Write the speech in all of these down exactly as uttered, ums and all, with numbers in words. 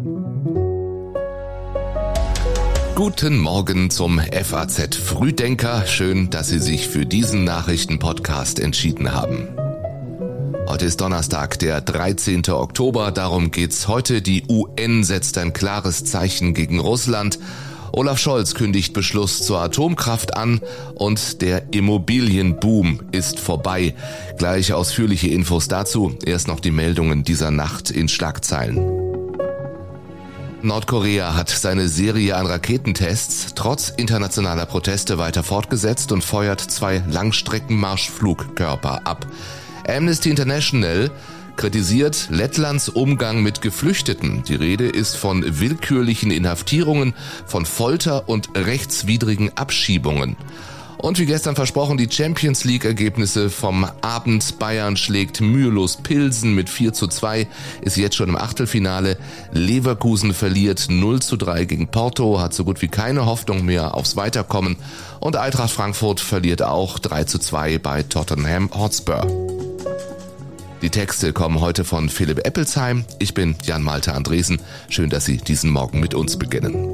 Guten Morgen zum F A Z Frühdenker. Schön, dass Sie sich für diesen Nachrichtenpodcast entschieden haben. Heute ist Donnerstag, der dreizehnten Oktober. Darum geht's heute. Die U N setzt ein klares Zeichen gegen Russland. Olaf Scholz kündigt Beschluss zur Atomkraft an und der Immobilienboom ist vorbei. Gleich ausführliche Infos dazu. Erst noch die Meldungen dieser Nacht in Schlagzeilen. Nordkorea hat seine Serie an Raketentests trotz internationaler Proteste weiter fortgesetzt und feuert zwei Langstreckenmarschflugkörper ab. Amnesty International kritisiert Lettlands Umgang mit Geflüchteten. Die Rede ist von willkürlichen Inhaftierungen, von Folter und rechtswidrigen Abschiebungen. Und wie gestern versprochen, die Champions League-Ergebnisse vom Abend. Bayern schlägt mühelos Pilsen mit vier zu zwei, ist jetzt schon im Achtelfinale. Leverkusen verliert null zu drei gegen Porto, hat so gut wie keine Hoffnung mehr aufs Weiterkommen. Und Eintracht Frankfurt verliert auch drei zu zwei bei Tottenham Hotspur. Die Texte kommen heute von Philipp Eppelsheim. Ich bin Jan-Malte Andresen. Schön, dass Sie diesen Morgen mit uns beginnen.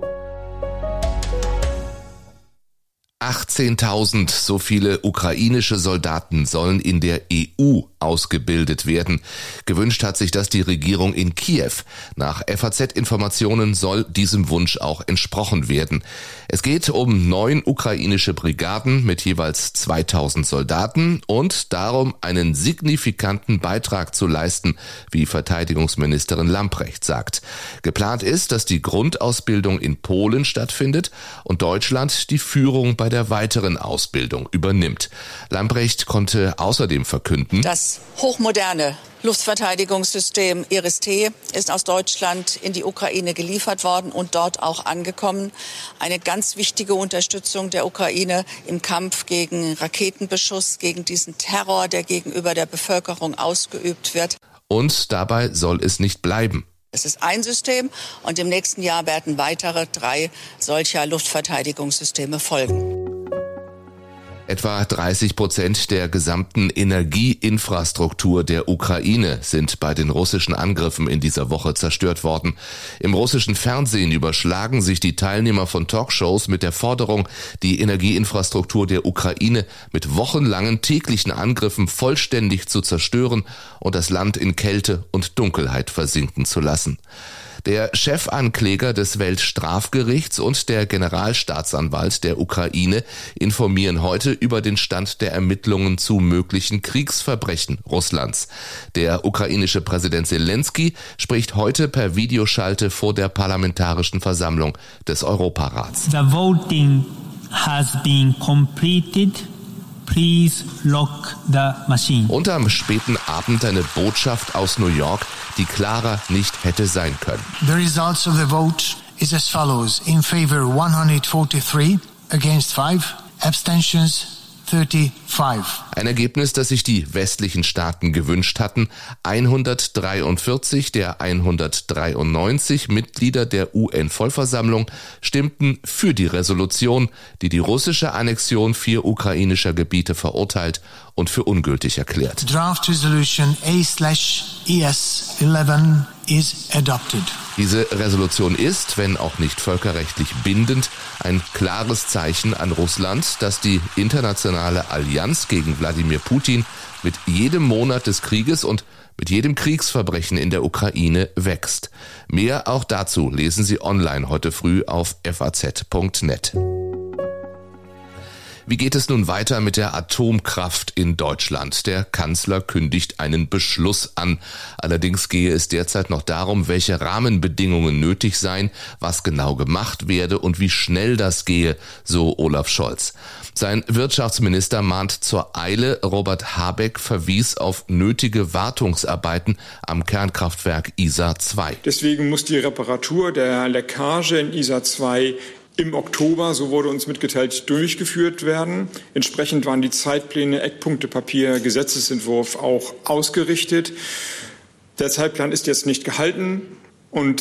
achtzehntausend, so viele ukrainische Soldaten sollen in der E U ausgebildet werden. Gewünscht hat sich das die Regierung in Kiew. Nach F A Z-Informationen soll diesem Wunsch auch entsprochen werden. Es geht um neun ukrainische Brigaden mit jeweils zweitausend Soldaten und darum, einen signifikanten Beitrag zu leisten, wie Verteidigungsministerin Lambrecht sagt. Geplant ist, dass die Grundausbildung in Polen stattfindet und Deutschland die Führung bei der weiteren Ausbildung übernimmt. Lambrecht konnte außerdem verkünden: Das hochmoderne Luftverteidigungssystem Iris-T ist aus Deutschland in die Ukraine geliefert worden und dort auch angekommen. Eine ganz wichtige Unterstützung der Ukraine im Kampf gegen Raketenbeschuss, gegen diesen Terror, der gegenüber der Bevölkerung ausgeübt wird. Und dabei soll es nicht bleiben. Es ist ein System und im nächsten Jahr werden weitere drei solcher Luftverteidigungssysteme folgen. Etwa dreißig Prozent der gesamten Energieinfrastruktur der Ukraine sind bei den russischen Angriffen in dieser Woche zerstört worden. Im russischen Fernsehen überschlagen sich die Teilnehmer von Talkshows mit der Forderung, die Energieinfrastruktur der Ukraine mit wochenlangen täglichen Angriffen vollständig zu zerstören und das Land in Kälte und Dunkelheit versinken zu lassen. Der Chefankläger des Weltstrafgerichts und der Generalstaatsanwalt der Ukraine informieren heute über den Stand der Ermittlungen zu möglichen Kriegsverbrechen Russlands. Der ukrainische Präsident Selenskyj spricht heute per Videoschalte vor der Parlamentarischen Versammlung des Europarats. The voting has been completed. Please lock the machine. Und am späten Abend eine Botschaft aus New York, die klarer nicht hätte sein können. The results of the vote is as follows: in favor one hundred forty-three, against five, abstentions dreiunddreißig. Ein Ergebnis, das sich die westlichen Staaten gewünscht hatten. hundertdreiundvierzig der hundertdreiundneunzig Mitglieder der U N-Vollversammlung stimmten für die Resolution, die die russische Annexion vier ukrainischer Gebiete verurteilt und für ungültig erklärt. Draft Resolution A E S elf is adopted. Diese Resolution ist, wenn auch nicht völkerrechtlich bindend, ein klares Zeichen an Russland, dass die internationale Allianz gegen Wladimir Putin mit jedem Monat des Krieges und mit jedem Kriegsverbrechen in der Ukraine wächst. Mehr auch dazu lesen Sie online heute früh auf f a z punkt net. Wie geht es nun weiter mit der Atomkraft in Deutschland? Der Kanzler kündigt einen Beschluss an. Allerdings gehe es derzeit noch darum, welche Rahmenbedingungen nötig seien, was genau gemacht werde und wie schnell das gehe, so Olaf Scholz. Sein Wirtschaftsminister mahnt zur Eile. Robert Habeck verwies auf nötige Wartungsarbeiten am Kernkraftwerk I S A zwei. Deswegen muss die Reparatur der Leckage in I S A zwei im Oktober, so wurde uns mitgeteilt, durchgeführt werden. Entsprechend waren die Zeitpläne, Eckpunktepapier, Gesetzesentwurf auch ausgerichtet. Der Zeitplan ist jetzt nicht gehalten und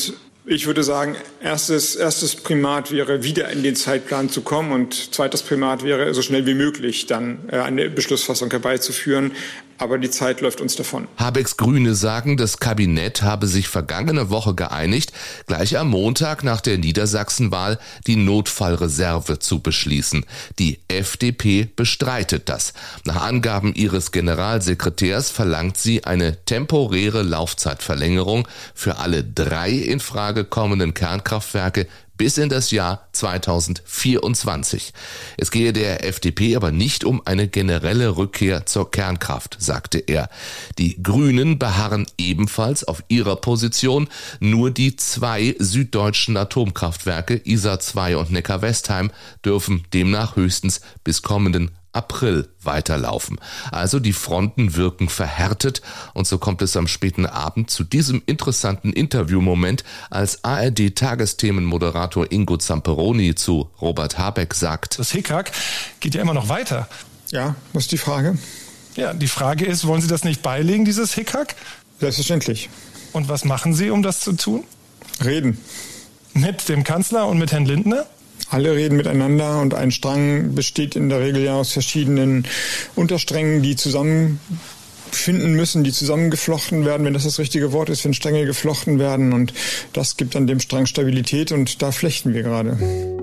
Ich würde sagen, erstes, erstes Primat wäre, wieder in den Zeitplan zu kommen, und zweites Primat wäre, so schnell wie möglich dann äh, eine Beschlussfassung herbeizuführen. Aber die Zeit läuft uns davon. Habecks Grüne sagen, das Kabinett habe sich vergangene Woche geeinigt, gleich am Montag nach der Niedersachsenwahl die Notfallreserve zu beschließen. Die F D P bestreitet das. Nach Angaben ihres Generalsekretärs verlangt sie eine temporäre Laufzeitverlängerung für alle drei in Frage kommenden Kernkraftwerke bis in das Jahr zweitausendvierundzwanzig. Es gehe der F D P aber nicht um eine generelle Rückkehr zur Kernkraft, sagte er. Die Grünen beharren ebenfalls auf ihrer Position. Nur die zwei süddeutschen Atomkraftwerke Isar zwei und Neckar-Westheim dürfen demnach höchstens bis kommenden April weiterlaufen. Also die Fronten wirken verhärtet, und so kommt es am späten Abend zu diesem interessanten Interviewmoment, als A R D-Tagesthemenmoderator Ingo Zamperoni zu Robert Habeck sagt: Das Hickhack geht ja immer noch weiter. Ja, was ist die Frage? Ja, die Frage ist, wollen Sie das nicht beilegen, dieses Hickhack? Selbstverständlich. Und was machen Sie, um das zu tun? Reden. Mit dem Kanzler und mit Herrn Lindner? Alle reden miteinander, und ein Strang besteht in der Regel ja aus verschiedenen Untersträngen, die zusammenfinden müssen, die zusammengeflochten werden, wenn das das richtige Wort ist, wenn Stränge geflochten werden, und das gibt dann dem Strang Stabilität, und da flechten wir gerade.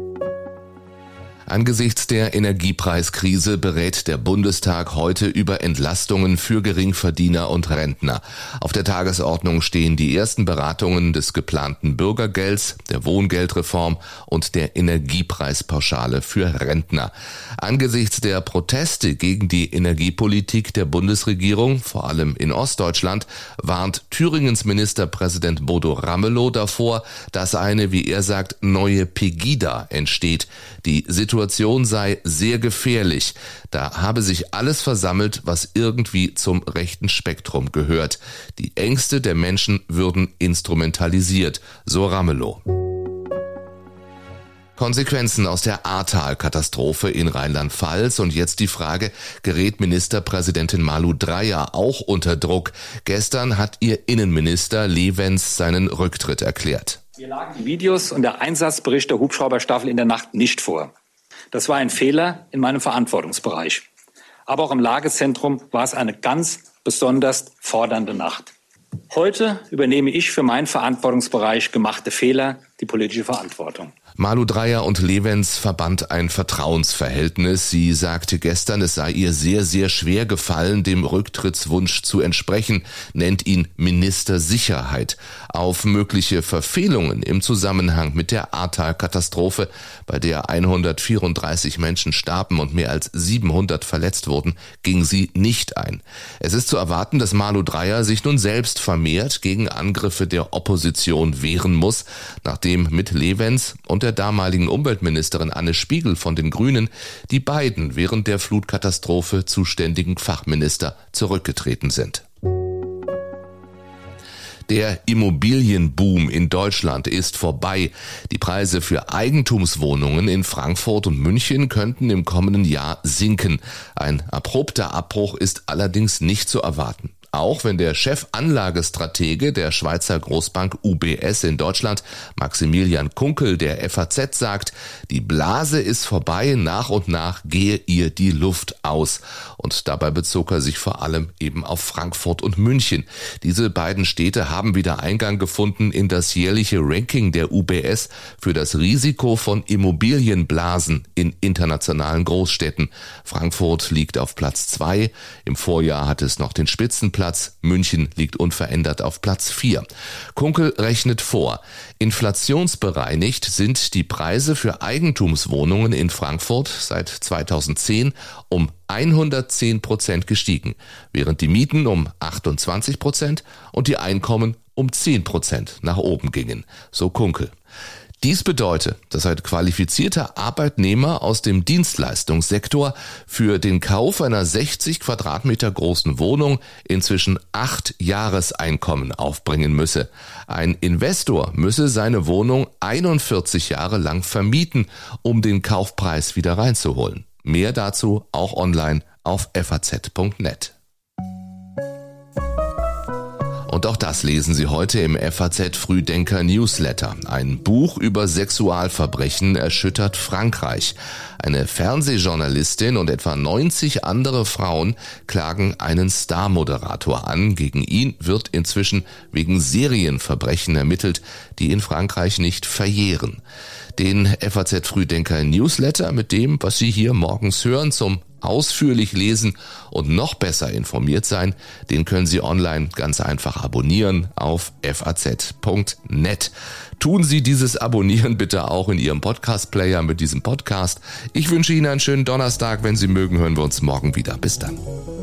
Angesichts der Energiepreiskrise berät der Bundestag heute über Entlastungen für Geringverdiener und Rentner. Auf der Tagesordnung stehen die ersten Beratungen des geplanten Bürgergelds, der Wohngeldreform und der Energiepreispauschale für Rentner. Angesichts der Proteste gegen die Energiepolitik der Bundesregierung, vor allem in Ostdeutschland, warnt Thüringens Ministerpräsident Bodo Ramelow davor, dass eine, wie er sagt, neue Pegida entsteht. Die Situation sei sehr gefährlich. Da habe sich alles versammelt, was irgendwie zum rechten Spektrum gehört. Die Ängste der Menschen würden instrumentalisiert, so Ramelow. Konsequenzen aus der Ahrtal-Katastrophe in Rheinland-Pfalz, und jetzt die Frage, gerät Ministerpräsidentin Malu Dreyer auch unter Druck? Gestern hat ihr Innenminister Levens seinen Rücktritt erklärt. Mir lagen die Videos und der Einsatzbericht der Hubschrauberstaffel in der Nacht nicht vor. Das war ein Fehler in meinem Verantwortungsbereich. Aber auch im Lagezentrum war es eine ganz besonders fordernde Nacht. Heute übernehme ich für meinen Verantwortungsbereich gemachte Fehler die politische Verantwortung. Malu Dreyer und Levens verband ein Vertrauensverhältnis. Sie sagte gestern, es sei ihr sehr, sehr schwer gefallen, dem Rücktrittswunsch zu entsprechen, nennt ihn Ministersicherheit. Auf mögliche Verfehlungen im Zusammenhang mit der Ahrtal-Katastrophe, bei der hundertvierunddreißig Menschen starben und mehr als siebenhundert verletzt wurden, ging sie nicht ein. Es ist zu erwarten, dass Malu Dreyer sich nun selbst vermehrt gegen Angriffe der Opposition wehren muss, nachdem mit Levens und der damaligen Umweltministerin Anne Spiegel von den Grünen die beiden während der Flutkatastrophe zuständigen Fachminister zurückgetreten sind. Der Immobilienboom in Deutschland ist vorbei. Die Preise für Eigentumswohnungen in Frankfurt und München könnten im kommenden Jahr sinken. Ein abrupter Abbruch ist allerdings nicht zu erwarten. Auch wenn der Chefanlagestratege der Schweizer Großbank U B S in Deutschland, Maximilian Kunkel, der F A Z sagt, die Blase ist vorbei, nach und nach gehe ihr die Luft aus. Und dabei bezog er sich vor allem eben auf Frankfurt und München. Diese beiden Städte haben wieder Eingang gefunden in das jährliche Ranking der U B S für das Risiko von Immobilienblasen in internationalen Großstädten. Frankfurt liegt auf Platz zwei, im Vorjahr hat es noch den Spitzenplatz. München liegt unverändert auf Platz vier. Kunkel rechnet vor, inflationsbereinigt sind die Preise für Eigentumswohnungen in Frankfurt seit zweitausendzehn um hundertzehn Prozent gestiegen, während die Mieten um achtundzwanzig Prozent und die Einkommen um zehn Prozent nach oben gingen, so Kunkel. Dies bedeutet, dass ein qualifizierter Arbeitnehmer aus dem Dienstleistungssektor für den Kauf einer sechzig Quadratmeter großen Wohnung inzwischen acht Jahreseinkommen aufbringen müsse. Ein Investor müsse seine Wohnung einundvierzig Jahre lang vermieten, um den Kaufpreis wieder reinzuholen. Mehr dazu auch online auf f a z punkt net. Und auch das lesen Sie heute im F A Z Frühdenker Newsletter. Ein Buch über Sexualverbrechen erschüttert Frankreich. Eine Fernsehjournalistin und etwa neunzig andere Frauen klagen einen Star-Moderator an. Gegen ihn wird inzwischen wegen Serienverbrechen ermittelt, die in Frankreich nicht verjähren. Den F A Z Frühdenker Newsletter mit dem, was Sie hier morgens hören, zum ausführlich lesen und noch besser informiert sein, den können Sie online ganz einfach abonnieren auf f a z punkt net. Tun Sie dieses Abonnieren bitte auch in Ihrem Podcast-Player mit diesem Podcast. Ich wünsche Ihnen einen schönen Donnerstag. Wenn Sie mögen, hören wir uns morgen wieder. Bis dann.